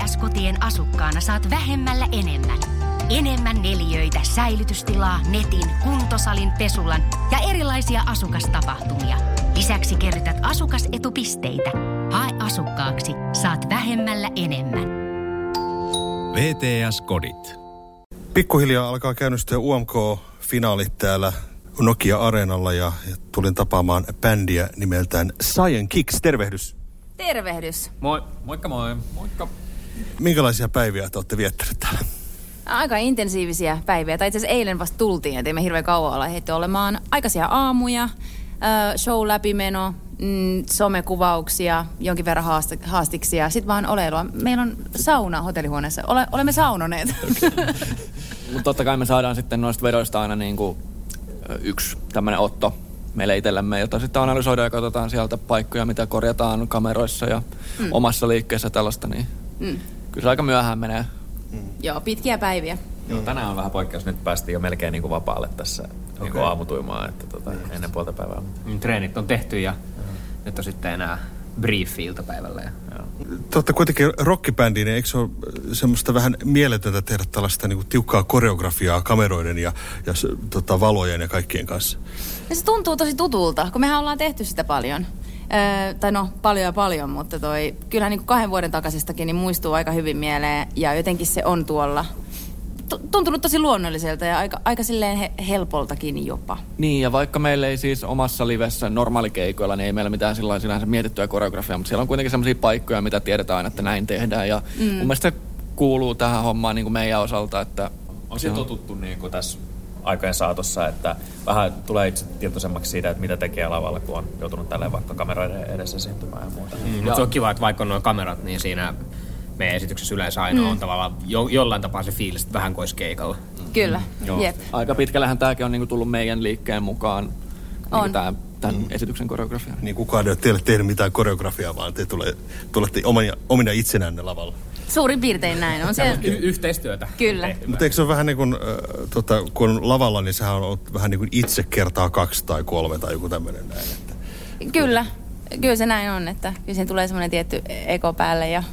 VTS-kotien asukkaana saat vähemmällä enemmän. Enemmän neliöitä, säilytystilaa, netin, kuntosalin, pesulan ja erilaisia asukastapahtumia. Lisäksi kerrytät asukasetupisteitä. Hae asukkaaksi, saat vähemmällä enemmän. VTS-kodit. Pikkuhiljaa alkaa käynnistyä UMK-finaalit täällä Nokia-areenalla ja tulin tapaamaan bändiä nimeltään Cyan Kicks. Tervehdys. Tervehdys. Moi. Moikka moi. Moikka. Minkälaisia päiviä te olette viettäneet täällä? Aika intensiivisiä päiviä. Tai itse asiassa eilen vasta tultiin, ettei me hirveän kauan olla ehditty olemaan. Aikaisia aamuja, show läpimeno, somekuvauksia, jonkin verran haastiksia. Sitten vaan oleilua. Meillä on sauna hotellihuoneessa. Olemme saunoneet. Mutta totta kai me saadaan sitten noista vedoista aina niinku yksi tämmöinen otto meille itsellemme, jota sitten analysoidaan ja katsotaan sieltä paikkoja, mitä korjataan kameroissa ja omassa liikkeessä tällaista. Niin kyllä se aika myöhään menee. Joo, pitkiä päiviä. Joo, tänään on vähän poikkeus. Nyt päästiin jo melkein niin kuin vapaalle tässä niin kuin aamutuimaan, että ennen puolta päivää. Treenit on tehty ja nyt on sitten enää briefi iltapäivällä. Te olette kuitenkin rockibändi, niin eikö se ole semmoista vähän mieletöntä tehdä tällaista niin kuin tiukkaa koreografiaa kameroiden ja valojen ja kaikkien kanssa? Ja se tuntuu tosi tutulta, kun mehän ollaan tehty sitä paljon. Paljon, mutta kyllähän niin kuin 2 vuoden takaisestakin niin muistuu aika hyvin mieleen ja jotenkin se on tuolla tuntunut tosi luonnolliselta ja aika silleen helpoltakin jopa. Niin, ja vaikka meillä ei siis omassa livessä normaalikeikoilla, niin ei meillä mitään sinänsä mietittyä koreografiaa, mutta siellä on kuitenkin sellaisia paikkoja, mitä tiedetään, että näin tehdään. Ja mun mielestä se kuuluu tähän hommaan niin kuin meidän osalta, että on se totuttu niin kuin tässä aikojen saatossa, että vähän tulee itse tietoisemmaksi siitä, että mitä tekee lavalla, kun on joutunut tälleen vaikka kameroiden edessä esiintymään ja muuta. Mutta se on kiva, että vaikka on nuo kamerat, niin siinä meidän esityksessä yleensä aina on tavallaan jollain tapaa se fiilis, että vähän kuin olisi keikalla. Kyllä, jep. Aika pitkällähän tämäkin on niinku tullut meidän liikkeen mukaan, niinku tämän esityksen koreografia. Niin kukaan ei ole teille tehnyt mitään koreografiaa, vaan te tulette omina itsenänne lavalla. Suurin piirtein näin on se. Yhteistyötä. Kyllä. Mutta eikö se ole vähän niin kuin, kun on lavalla, niin sehän on vähän niin kuin itse kertaa 2 tai 3 tai joku tämmöinen näin. Että. Kyllä se näin on, että kyllä siinä tulee semmoinen tietty eko päälle ja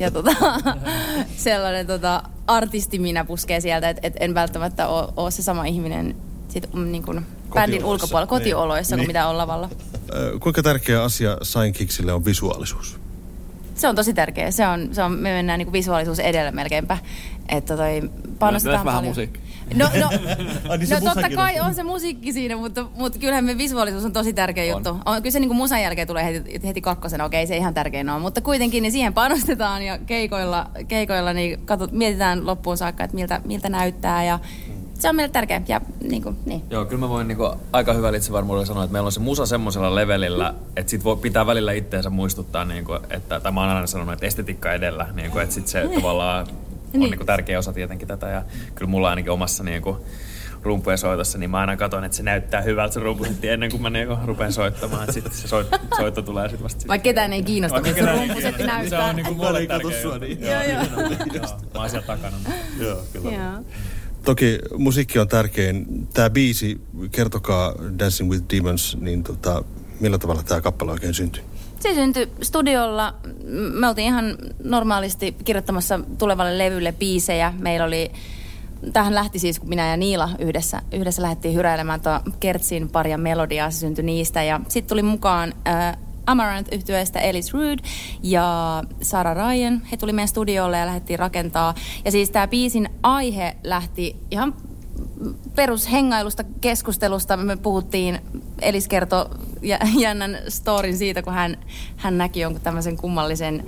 sellainen artisti minä puskee sieltä, että en välttämättä ole se sama ihminen sit, niin kuin bändin ulkopuolella, kotioloissa kuin mitä on lavalla. Kuinka tärkeä asia Cyan Kicksille on visuaalisuus? Se on tosi tärkeä. Me mennään niin kuin visuaalisuus edellä melkeinpä. Että panostetaan vähän paljon. musiikki. No totta kai on se musiikki siinä, mutta kyllähän me visuaalisuus on tosi tärkeä juttu. Kyllä se niin kuin musan jälkeen tulee heti 2. Okei, se ihan tärkein on. Mutta kuitenkin niin siihen panostetaan ja keikoilla niin mietitään loppuun saakka, että miltä näyttää ja se on meille tärkeä. Ja, niin. Joo, kyllä mä voin aika hyvällä itsevarmuudella sanoa, että meillä on se musa semmoisella levelillä, että sit pitää välillä itteensä muistuttaa, että mä oon aina sanonut, että estetiikka edellä, että sit se tavallaan on tärkeä osa tietenkin tätä. Ja kyllä mulla ainakin omassa rumpujen soitossa, niin mä aina katson, että se näyttää hyvältä se rumpusetti ennen kuin mä rupean soittamaan. Että sitten se soitto tulee sitten vasta. Vaikka ketään ei kiinnosta, mutta se rumpusetti näyttää. Se on niin mulle tärkeä. Joo. Mä oon siellä takana. Joo, kyllä. Toki musiikki on tärkein. Tämä biisi, kertokaa Dancing with Demons, niin millä tavalla tämä kappale oikein syntyi? Se syntyi studiolla. Me oltiin ihan normaalisti kirjoittamassa tulevalle levylle biisejä. Meillä oli, tähän lähti siis, kun minä ja Niila yhdessä lähdettiin hyräilemään Kertsin paria melodiaa, se syntyi niistä. Ja sitten tuli mukaan Amaranth-yhtyeestä Ellis Rude ja Sarah Ryan. He tuli meidän studiolle ja lähdettiin rakentaa. Ja siis tämä biisin aihe lähti ihan perushengailusta, keskustelusta. Me puhuttiin, Ellis kertoi jännän storin siitä, kun hän näki jonkun tämmöisen kummallisen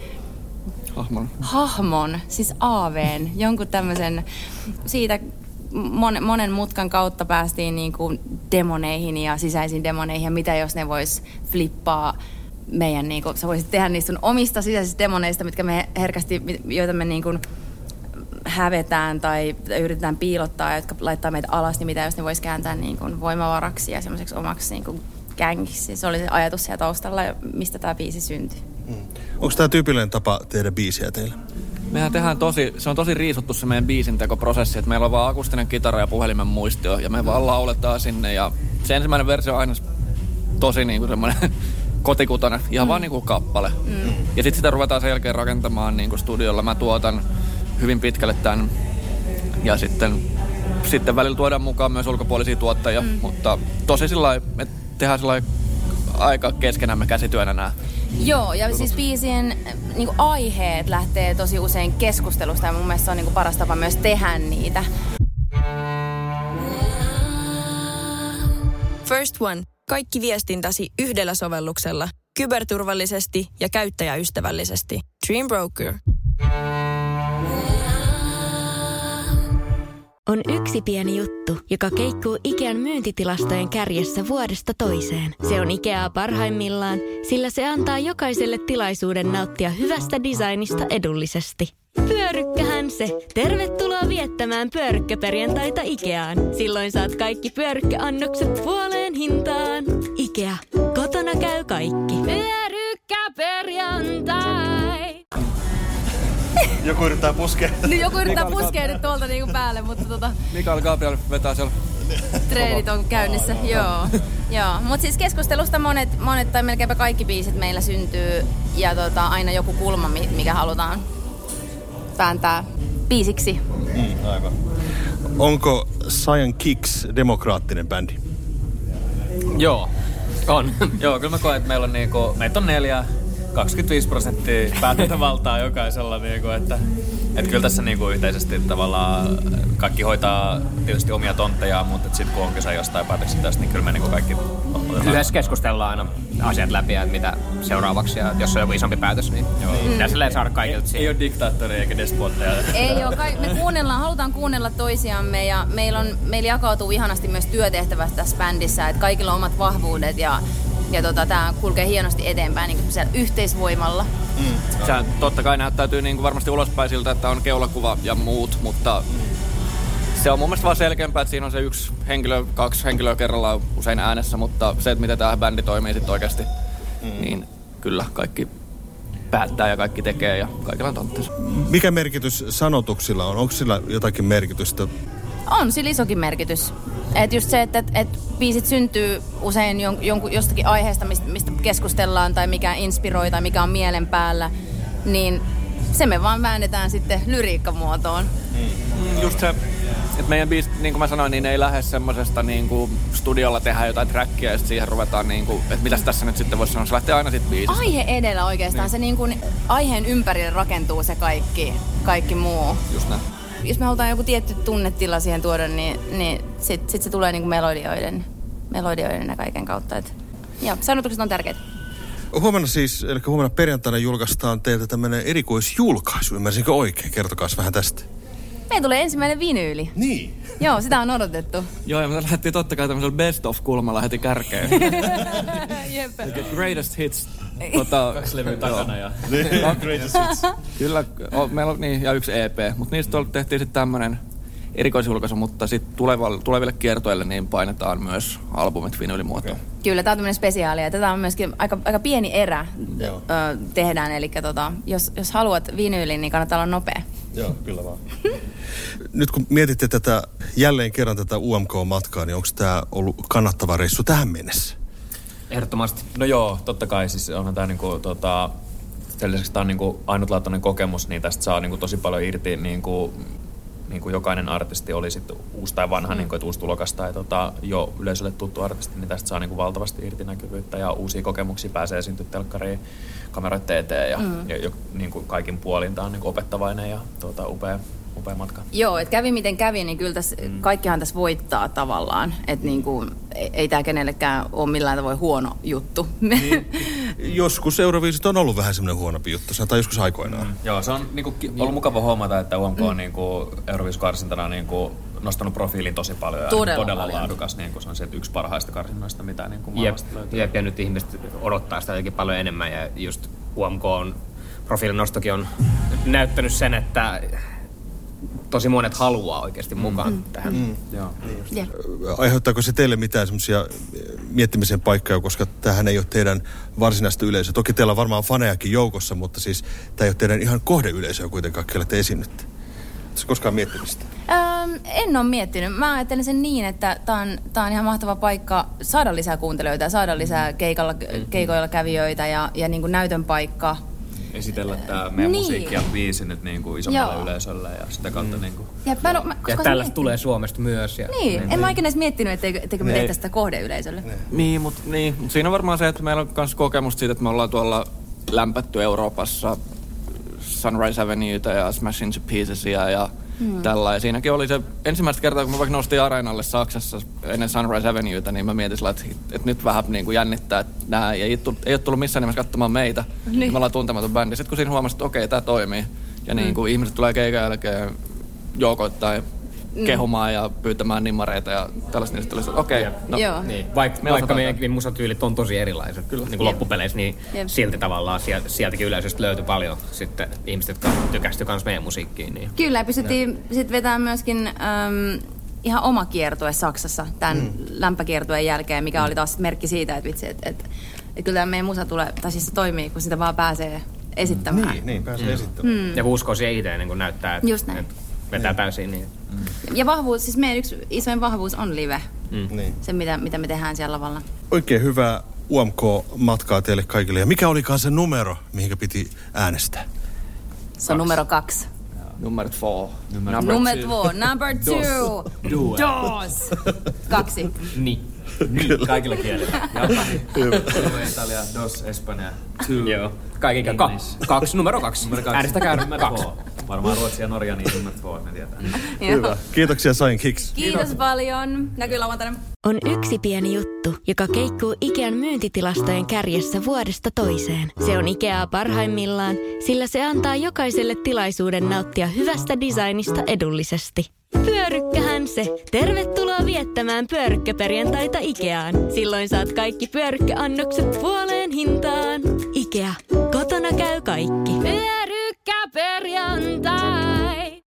hahmon, siis aaveen, jonkun tämmöisen, siitä monen mutkan kautta päästiin niin kuin demoneihin ja sisäisiin demoneihin ja mitä jos ne vois flippaa meidän, niin kuin, sä voisit tehdä niistä sun omista sisäisistä demoneista, mitkä me herkästi, joita me niin kuin hävetään tai yritetään piilottaa, jotka laittaa meitä alas, niin mitä jos ne vois kääntää niin kuin voimavaraksi ja semmoiseksi omaksi niin kuin gängiksi. Se oli se ajatus siellä taustalla, mistä tämä biisi syntyi. Onko tämä tyypillinen tapa tehdä biisiä teillä? Mehän tehdään se on tosi riisuttu se meidän biisintekoprosessi, että meillä on vaan akustinen kitara ja puhelimen muistio ja me vaan lauletaan sinne ja se ensimmäinen versio on aina tosi niin kuin semmoinen kotikutona, ihan vaan niinku kappale. Ja sitten sitä ruvetaan sen jälkeen rakentamaan niinku studiolla. Mä tuotan hyvin pitkälle tämän. Ja sitten välillä tuodaan mukaan myös ulkopuolisia tuottajia, mutta tosi sillai, että tehdään sillai aika keskenämme käsityönä nämä. Joo, ja siis biisien niinku aiheet lähtee tosi usein keskustelusta ja mun mielestä se on niinku paras tapa myös tehdä niitä. First One. Kaikki viestintäsi yhdellä sovelluksella. Kyberturvallisesti ja käyttäjäystävällisesti. Dream Broker. On yksi pieni juttu, joka keikkuu Ikean myyntitilastojen kärjessä vuodesta toiseen. Se on Ikeaa parhaimmillaan, sillä se antaa jokaiselle tilaisuuden nauttia hyvästä designista edullisesti. Pyörykkähän se! Tervetuloa viettämään pyörykkäperjantaita Ikeaan. Silloin saat kaikki pyörykkäannokset puoleen hintaan. Ikea. Kotona käy kaikki. Pyörykkäperjantai! Joku yrittää puskea. Joku yrittää puskea nyt tuolta niinku päälle, mutta Mikael Gabriel vetää siellä. Treenit on käynnissä, joo. Mutta siis keskustelusta monet tai melkeinpä kaikki biisit meillä syntyy ja aina joku kulma, mikä halutaan vääntää biisiksi. Aivan. Onko Cyan Kicks demokraattinen bändi? Joo, on. Joo, kyllä mä koen, että meitä on 4, 25% päätäntävaltaa jokaisella, että kyllä tässä yhteisesti tavallaan kaikki hoitaa tietysti omia tonttejaan, mutta sitten kun on kyse jostain päätöksenteosta, niin kyllä me kaikki yhdessä keskustellaan aina asiat läpi ja mitä seuraavaksi, ja jos on joku isompi päätös, niin pitää silleen saada kaikilta siihen. Ei ole diktaattoria eikä despotteja. Ei ole, me halutaan kuunnella toisiamme ja meillä jakautuu ihanasti myös työtehtävät tässä bändissä, että kaikilla on omat vahvuudet ja tämä kulkee hienosti eteenpäin niin yhteisvoimalla. Sehän totta kai näyttäytyy varmasti ulospäin siltä, että on keulakuva ja muut, mutta se on mun mielestä vaan selkeämpää, että siinä on se 1 henkilö, 2 henkilöä kerrallaan usein äänessä, mutta se, että miten tämä bändi toimii sitten oikeasti, niin kyllä kaikki päättää ja kaikki tekee ja kaikilla on tonttinsa. Mikä merkitys sanotuksilla on? Onko sillä jotakin merkitystä? On sillä isokin merkitys. Että just se, että biisit syntyy usein jostakin aiheesta, mistä keskustellaan tai mikä inspiroi tai mikä on mielen päällä, niin se me vaan väännetään sitten lyriikkamuotoon. Just se, että meidän biisit, niin kuin mä sanoin, niin ei lähde semmosesta studiolla tehdään jotain trackia ja sitten siihen ruvetaan, että mitäs tässä nyt sitten voisi sanoa, se lähtee aina sitten biisistä. Aihe edellä oikeastaan, se aiheen ympärille rakentuu se kaikki muu. Just näin. Jos me halutaan joku tietty tunnetila siihen tuoda, niin sit se tulee melodioiden ja kaiken kautta. Joo, sanotukset on tärkeitä. Huomenna perjantaina julkaistaan teiltä tämmöinen erikoisjulkaisu. Ymmärsinkö oikein? Kertokaas vähän tästä. Meillä tulee ensimmäinen vinyyli. Niin. Joo, sitä on odotettu. Joo, ja me lähdettiin totta kai tämmöisellä best of-kulmalla heti kärkeen. Greatest hits. 2 levyä takana ja greatest hits. Kyllä, meillä on ja 1 EP, mutta niistä tehtiin sitten tämmöinen erikoisjulkaisu, mutta sitten tuleville kiertoille niin painetaan myös albumit vinyylimuotoon. Okay. Kyllä, tämä on tämmöinen spesiaali ja tätä on myöskin aika pieni erä tehdään, eli jos haluat vinyylin, niin kannattaa olla nopea. Joo, kyllä vaan. Nyt kun mietitte jälleen kerran tätä UMK-matkaa, niin onko tämä ollut kannattava reissu tähän mennessä? Ehdottomasti. No joo, totta kai. Siis onhan tämä sen lisäksi tämä on ainutlaatuinen kokemus, niin tästä saa tosi paljon irti jokainen artisti, oli sitten uusi tai vanha, että uusi tulokas tai jo yleisölle tuttu artisti, niin tästä saa valtavasti irti näkyvyyttä ja uusia kokemuksia, pääsee esiintyä telkkariin, kameroiden eteen ja kaikin puolin. Tämä on opettavainen ja upea matka. Joo, että kävi miten kävi, niin kyllä kaikkihan tässä voittaa tavallaan. Että ei tämä kenellekään ole millään tavoin huono juttu. Niin, joskus Euroviisit on ollut vähän semmoinen huonompi juttu, tai joskus aikoinaan. Joo, se on ollut mukava huomata, että UMK on Euroviisukarsintana nostanut profiilin tosi paljon ja todella laadukas. Se on se yksi parhaista karsinnoista, mitä maailmasta löytyy. Jep, ja nyt ihmiset odottaa sitä jotenkin paljon enemmän ja just UMK on profiilin nostokin on näyttänyt sen, että tosi monet haluaa oikeasti mukaan tähän. Joo. Aiheuttaako se teille mitään semmoisia miettimisen paikkoja, koska tämähän ei ole teidän varsinaista yleisöä. Toki teillä on varmaan fanejakin joukossa, mutta siis tämä ei ole teidän ihan kohdeyleisöä kuitenkaan, kelle te esiinnytte. Oletko koskaan miettinyt sitä? En ole miettinyt. Mä ajattelen sen niin, että tää on ihan mahtava paikka saada lisää kuuntelijoita ja saada lisää keikoilla kävijöitä ja niin kuin näytön paikka. Esitellä tää meidän musiikki ja biisi nyt niin kuin isommalle yleisölle ja sitä kautta niin kuin. Ja tällaista tulee Suomesta myös. Ja en mä ikinä edes miettinyt, etteikö me tehtäisi sitä kohdeyleisölle. Niin, mutta siinä on varmaan se, että meillä on myös kokemusta siitä, että me ollaan tuolla lämpätty Euroopassa Sunrise Avenuetä ja Smash Into Piecesia ja tällä. Ja siinäkin oli se ensimmäistä kertaa, kun mä vaikka noustiin areenalle Saksassa ennen Sunrise Avenuetä, niin mä mietin sillä, että nyt vähän niin kuin jännittää, että nämä ei ole tullut missään nimessä katsomaan meitä. Niin. Me ollaan tuntematon bändi. Sitten kun siinä huomasin, että okei, tää toimii. Ja niin kuin ihmiset tulee keikan jälkeen joukoittain kehumaan ja pyytämään nimmareita ja tällaista, niin sitten oli, että okei. No. Niin. Vaikka meidänkin musatyylit on tosi erilaiset kyllä. Niin kuin loppupeleissä, niin silti tavallaan sieltäkin yleisöstä löytyi paljon sitten ihmiset, jotka tykästy myös meidän musiikkiin. Niin. Kyllä, pystyttiin sitten vetämään myöskin ihan oma kiertue Saksassa tämän lämpäkiertueen jälkeen, mikä oli taas merkki siitä, että vitsi, että kyllä meidän musa se toimii, kun sitä vaan pääsee esittämään. Niin pääsee esittämään. Ja kun uskoo siihen itse, niin kun näyttää, että vetää täysin. Niin. Ja vahvuus, siis meidän yksi isoin vahvuus on live. Se, mitä me tehdään siellä lavalla. Oikein hyvää UMK-matkaa teille kaikille. Ja mikä olikaan se numero, mihinkä piti äänestää? Se on numero 2. Number 4. Number 2. Dos. 2. Niin, kaikilla kielillä. Japani, Italia, dos, Espanja, 2. Joo. Kaikki 2. Numero 2. Äänestäkää 2. Varmaan Ruotsi ja Norja, niin numero 4, me tietää. Hyvä. Kiitoksia Sain Kicks. Kiitos paljon. Näkyy lauantaina. On yksi pieni juttu, joka keikkuu Ikean myyntitilastojen kärjessä vuodesta toiseen. Se on Ikeaa parhaimmillaan, sillä se antaa jokaiselle tilaisuuden nauttia hyvästä designista edullisesti. Pyörykkähän se! Tervetuloa viettämään pyörykkäperjantaita Ikeaan. Silloin saat kaikki pyörykkäannokset puoleen hintaan. Ikea. Kotona käy kaikki. Pyörykkäperjantai!